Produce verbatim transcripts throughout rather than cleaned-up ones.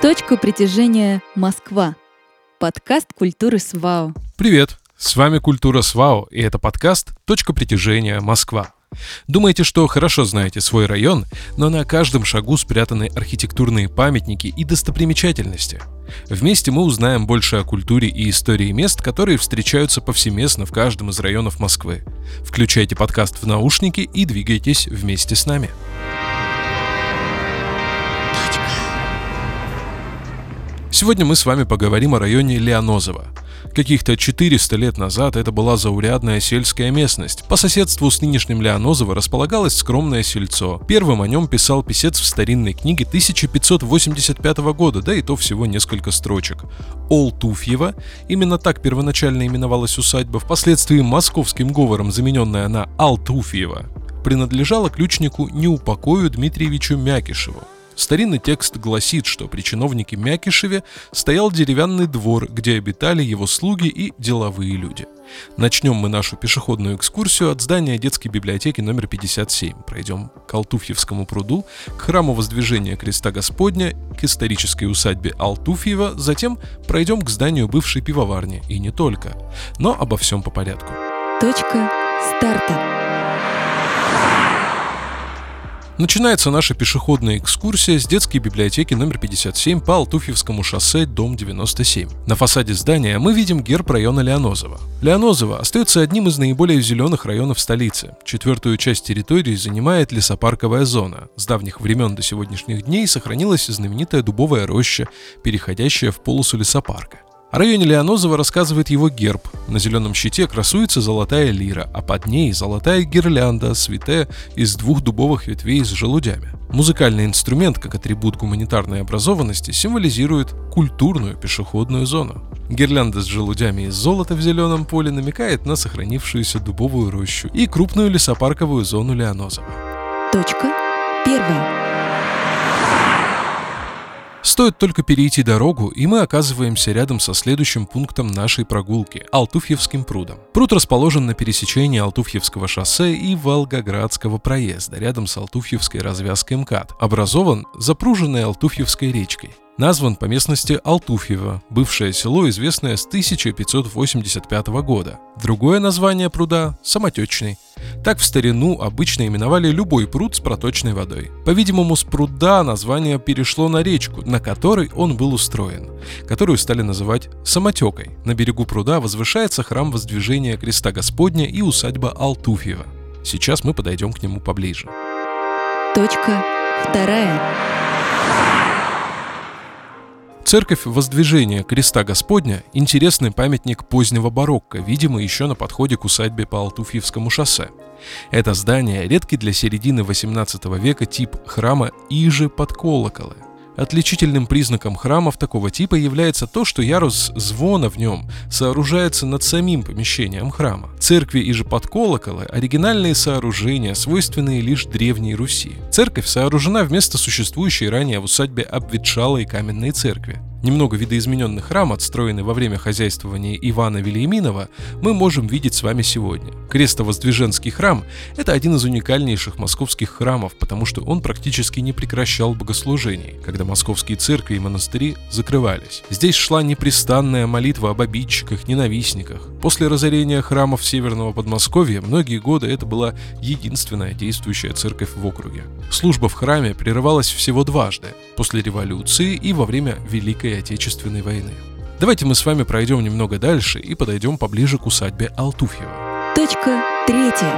Точка притяжения Москва. Подкаст культуры СВАО. Привет, с вами Культура СВАО, и это подкаст «Точка притяжения Москва». Думаете, что хорошо знаете свой район, но на каждом шагу спрятаны архитектурные памятники и достопримечательности. Вместе мы узнаем больше о культуре и истории мест, которые встречаются повсеместно в каждом из районов Москвы. Включайте подкаст в наушники и двигайтесь вместе с нами. Сегодня мы с вами поговорим о районе Лианозово. Каких-то четыреста лет назад это была заурядная сельская местность. По соседству с нынешним Лианозово располагалось скромное сельцо. Первым о нем писал писец в старинной книге тысяча пятьсот восемьдесят пятого года, да и то всего несколько строчек. Олтуфьево, именно так первоначально именовалась усадьба, впоследствии московским говором замененная на Алтуфьево, принадлежала ключнику Неупокою Дмитриевичу Мякишеву. Старинный текст гласит, что при чиновнике Мякишеве стоял деревянный двор, где обитали его слуги и деловые люди. Начнем мы нашу пешеходную экскурсию от здания детской библиотеки номер пятьдесят семь. Пройдем к Алтуфьевскому пруду, к храму Воздвижения Креста Господня, к исторической усадьбе Алтуфьево, затем пройдем к зданию бывшей пивоварни, и не только. Но обо всем по порядку. Точка старта. Начинается наша пешеходная экскурсия с детской библиотеки номер пятьдесят семь по Алтуфьевскому шоссе, дом девяносто семь. На фасаде здания мы видим герб района Лианозово. Лианозово остается одним из наиболее зеленых районов столицы. Четвертую часть территории занимает лесопарковая зона. С давних времен до сегодняшних дней сохранилась знаменитая дубовая роща, переходящая в полосу лесопарка. О районе Лианозово рассказывает его герб. На зеленом щите красуется золотая лира, а под ней золотая гирлянда, свитая из двух дубовых ветвей с желудями. Музыкальный инструмент, как атрибут гуманитарной образованности, символизирует культурную пешеходную зону. Гирлянда с желудями из золота в зеленом поле намекает на сохранившуюся дубовую рощу и крупную лесопарковую зону Лианозово. Точка первая. Стоит только перейти дорогу, и мы оказываемся рядом со следующим пунктом нашей прогулки – Алтуфьевским прудом. Пруд расположен на пересечении Алтуфьевского шоссе и Волгоградского проезда, рядом с Алтуфьевской развязкой МКАД. Образован запруженной Алтуфьевской речкой. Назван по местности Алтуфьево, бывшее село, известное с тысяча пятьсот восемьдесят пятого года. Другое название пруда – Самотечный. Так в старину обычно именовали любой пруд с проточной водой. По-видимому, с пруда название перешло на речку, на которой он был устроен, которую стали называть Самотекой. На берегу пруда возвышается храм Воздвижения Креста Господня и усадьба Алтуфьево. Сейчас мы подойдем к нему поближе. Точка вторая. Церковь Воздвижения Креста Господня – интересный памятник позднего барокко, видимый еще на подходе к усадьбе по Алтуфьевскому шоссе. Это здание – редкий для середины восемнадцатого века тип храма иже под колоколы. Отличительным признаком храмов такого типа является то, что ярус звона в нем сооружается над самим помещением храма. Церкви иже под колоколы – оригинальные сооружения, свойственные лишь Древней Руси. Церковь сооружена вместо существующей ранее в усадьбе обветшалой каменной церкви. Немного видоизмененный храм, отстроенный во время хозяйствования Ивана Вильяминова, мы можем видеть с вами сегодня. Крестовоздвиженский храм – это один из уникальнейших московских храмов, потому что он практически не прекращал богослужений, когда московские церкви и монастыри закрывались. Здесь шла непрестанная молитва об обидчиках, ненавистниках. После разорения храмов Северного Подмосковья многие годы это была единственная действующая церковь в округе. Служба в храме прерывалась всего дважды – после революции и во время Великой Отечественной войны. Давайте мы с вами пройдем немного дальше и подойдем поближе к усадьбе Алтуфьево. Точка третья.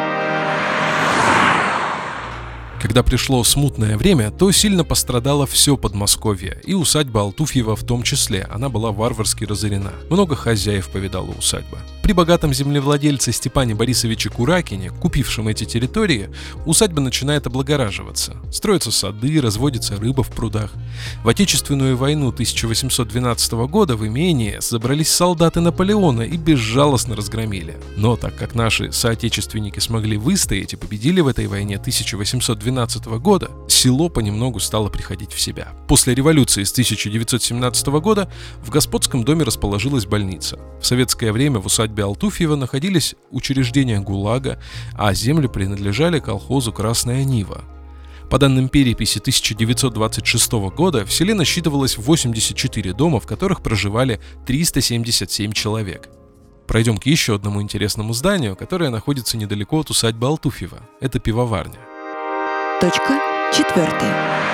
Когда пришло смутное время, то сильно пострадало все Подмосковье, и усадьба Алтуфьева в том числе, она была варварски разорена. Много хозяев повидала усадьба. При богатом землевладельце Степане Борисовиче Куракине, купившем эти территории, усадьба начинает облагораживаться. Строятся сады, разводится рыба в прудах. В Отечественную войну тысяча восемьсот двенадцатого года в имении забрались солдаты Наполеона и безжалостно разгромили. Но так как наши соотечественники смогли выстоять и победили в этой войне тысяча восемьсот двенадцатого года, село понемногу стало приходить в себя. После революции с тысяча девятьсот семнадцатого года в господском доме расположилась больница. В советское время в усадьбе Алтуфьево находились учреждения ГУЛАГа, а земли принадлежали колхозу «Красная Нива». По данным переписи тысяча девятьсот двадцать шестого года, в селе насчитывалось восемьдесят четыре дома, в которых проживали триста семьдесят семь человек. Пройдем к еще одному интересному зданию, которое находится недалеко от усадьбы Алтуфьева. Это пивоварня. Точка четвертая.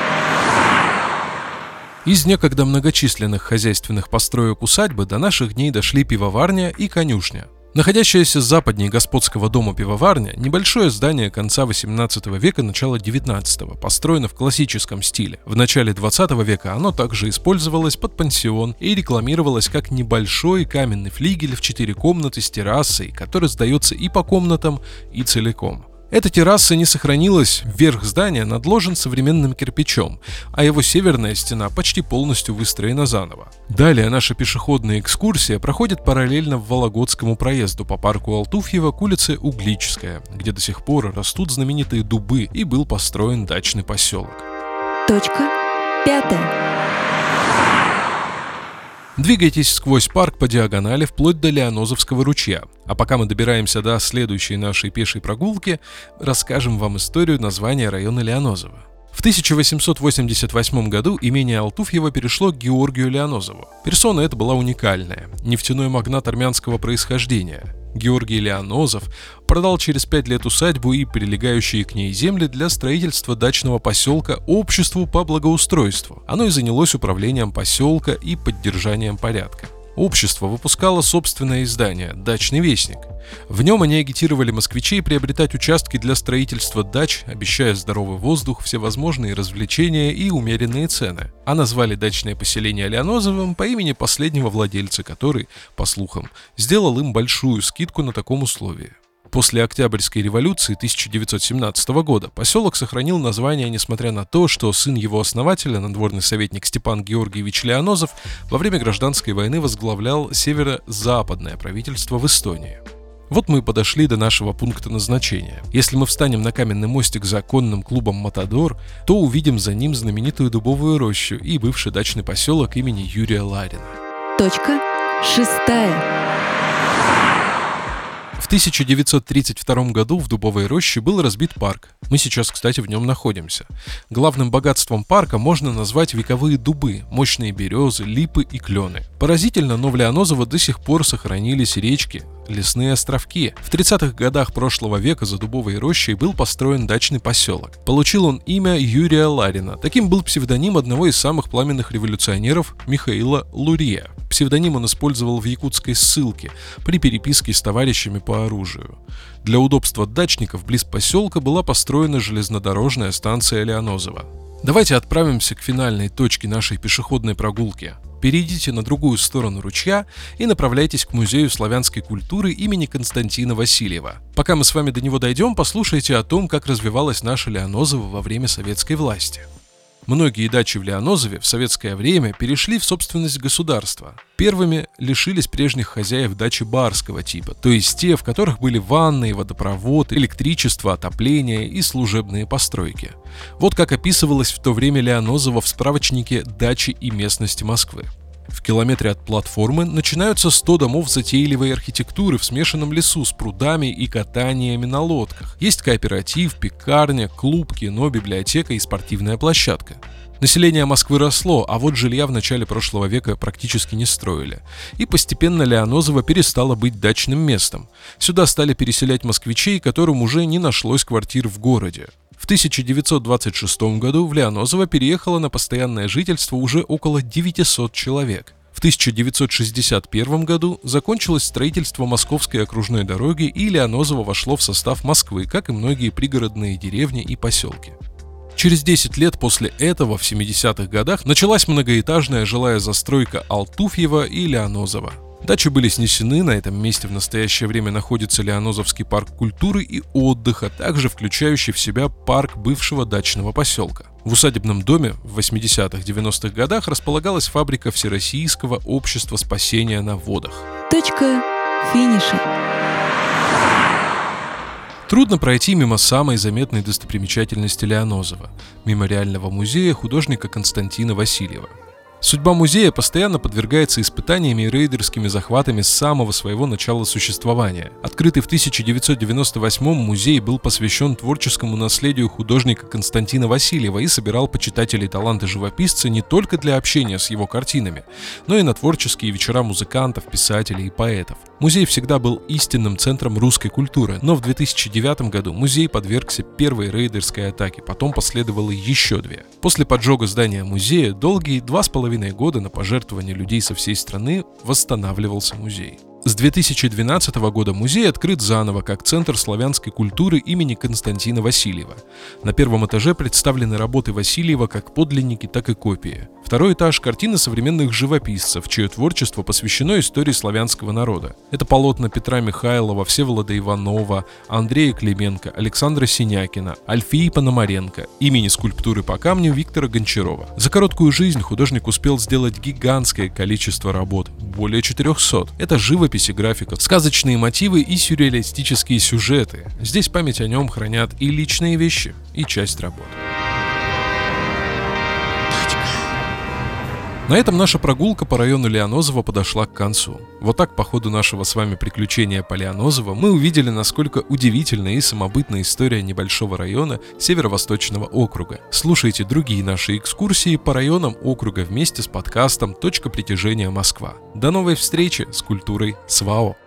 Из некогда многочисленных хозяйственных построек усадьбы до наших дней дошли пивоварня и конюшня. Находящаяся западнее господского дома пивоварня – небольшое здание конца восемнадцатого века, начала девятнадцатого, построено в классическом стиле. В начале двадцатого века оно также использовалось под пансион и рекламировалось как небольшой каменный флигель в четыре комнаты с террасой, который сдается и по комнатам, и целиком. Эта терраса не сохранилась, верх здания надложен современным кирпичом, а его северная стена почти полностью выстроена заново. Далее наша пешеходная экскурсия проходит параллельно Вологодскому проезду по парку Алтуфьева к улице Углическая, где до сих пор растут знаменитые дубы и был построен дачный поселок. Точка пятая. Двигайтесь сквозь парк по диагонали вплоть до Лианозовского ручья. А пока мы добираемся до следующей нашей пешей прогулки, расскажем вам историю названия района Лианозово. В тысяча восемьсот восемьдесят восьмом году имение Алтуфьева перешло к Георгию Лианозову. Персона эта была уникальная, нефтяной магнат армянского происхождения. Георгий Лианозов продал через пять лет усадьбу и прилегающие к ней земли для строительства дачного поселка обществу по благоустройству. Оно и занялось управлением поселка и поддержанием порядка. Общество выпускало собственное издание «Дачный вестник». В нем они агитировали москвичей приобретать участки для строительства дач, обещая здоровый воздух, всевозможные развлечения и умеренные цены. А назвали дачное поселение Лианозовым по имени последнего владельца, который, по слухам, сделал им большую скидку на таком условии. После Октябрьской революции тысяча девятьсот семнадцатого года поселок сохранил название, несмотря на то, что сын его основателя, надворный советник Степан Георгиевич Лианозов, во время гражданской войны возглавлял северо-западное правительство в Эстонии. Вот мы и подошли до нашего пункта назначения. Если мы встанем на каменный мостик за конным клубом «Матадор», то увидим за ним знаменитую дубовую рощу и бывший дачный поселок имени Юрия Ларина. Точка шестая. В тысяча девятьсот тридцать втором году в Дубовой роще был разбит парк. Мы сейчас, кстати, в нем находимся. Главным богатством парка можно назвать вековые дубы, мощные березы, липы и клены. Поразительно, но в Лианозово до сих пор сохранились речки, лесные островки. В тридцатых годах прошлого века за Дубовой рощей был построен дачный поселок. Получил он имя Юрия Ларина. Таким был псевдоним одного из самых пламенных революционеров Михаила Лурье. Псевдоним он использовал в якутской ссылке при переписке с товарищами по оружию. Для удобства дачников близ поселка была построена железнодорожная станция Лианозово. Давайте отправимся к финальной точке нашей пешеходной прогулки. Перейдите на другую сторону ручья и направляйтесь к Музею славянской культуры имени Константина Васильева. Пока мы с вами до него дойдем, послушайте о том, как развивалась наша Лианозово во время советской власти. Многие дачи в Лианозове в советское время перешли в собственность государства. Первыми лишились прежних хозяев дачи барского типа, то есть те, в которых были ванны, водопровод, электричество, отопление и служебные постройки. Вот как описывалось в то время Лианозово в справочнике «Дачи и местности Москвы». В километре от платформы начинаются сто домов затейливой архитектуры в смешанном лесу с прудами и катаниями на лодках. Есть кооператив, пекарня, клуб, кино, библиотека и спортивная площадка. Население Москвы росло, а вот жилья в начале прошлого века практически не строили. И постепенно Лианозово перестало быть дачным местом. Сюда стали переселять москвичей, которым уже не нашлось квартир в городе. В тысяча девятьсот двадцать шестом году в Лианозово переехало на постоянное жительство уже около девятисот человек. В тысяча девятьсот шестьдесят первом году закончилось строительство Московской окружной дороги, и Лианозово вошло в состав Москвы, как и многие пригородные деревни и поселки. Через десять лет после этого, в семидесятых годах, началась многоэтажная жилая застройка Алтуфьева и Лианозово. Дачи были снесены, на этом месте в настоящее время находится Лианозовский парк культуры и отдыха, также включающий в себя парк бывшего дачного поселка. В усадебном доме в восьмидесятых-девяностых годах располагалась фабрика Всероссийского общества спасения на водах. Точка финиша. Трудно пройти мимо самой заметной достопримечательности Лианозово – мемориального музея художника Константина Васильева. Судьба музея постоянно подвергается испытаниями и рейдерскими захватами с самого своего начала существования. Открытый в тысяча девятьсот девяносто восьмом музей был посвящен творческому наследию художника Константина Васильева и собирал почитателей таланта живописца не только для общения с его картинами, но и на творческие вечера музыкантов, писателей и поэтов. Музей всегда был истинным центром русской культуры, но в две тысячи девятом году музей подвергся первой рейдерской атаке, потом последовало еще две. После поджога здания музея долгие два с половиной года на пожертвования людей со всей страны восстанавливался музей. С две тысячи двенадцатого года музей открыт заново как Центр славянской культуры имени Константина Васильева. На первом этаже представлены работы Васильева как подлинники, так и копии. Второй этаж – картины современных живописцев, чье творчество посвящено истории славянского народа. Это полотна Петра Михайлова, Всеволода Иванова, Андрея Клименко, Александра Синякина, Альфии Пономаренко, имени скульптуры по камню Виктора Гончарова. За короткую жизнь художник успел сделать гигантское количество работ – более четырехсот. Это живопись и графика, сказочные мотивы и сюрреалистические сюжеты. Здесь память о нем хранят и личные вещи, и часть работ. На этом наша прогулка по району Лианозово подошла к концу. Вот так по ходу нашего с вами приключения по Лианозово мы увидели, насколько удивительная и самобытная история небольшого района Северо-Восточного округа. Слушайте другие наши экскурсии по районам округа вместе с подкастом «Точка притяжения Москва». До новой встречи с культурой СВАО!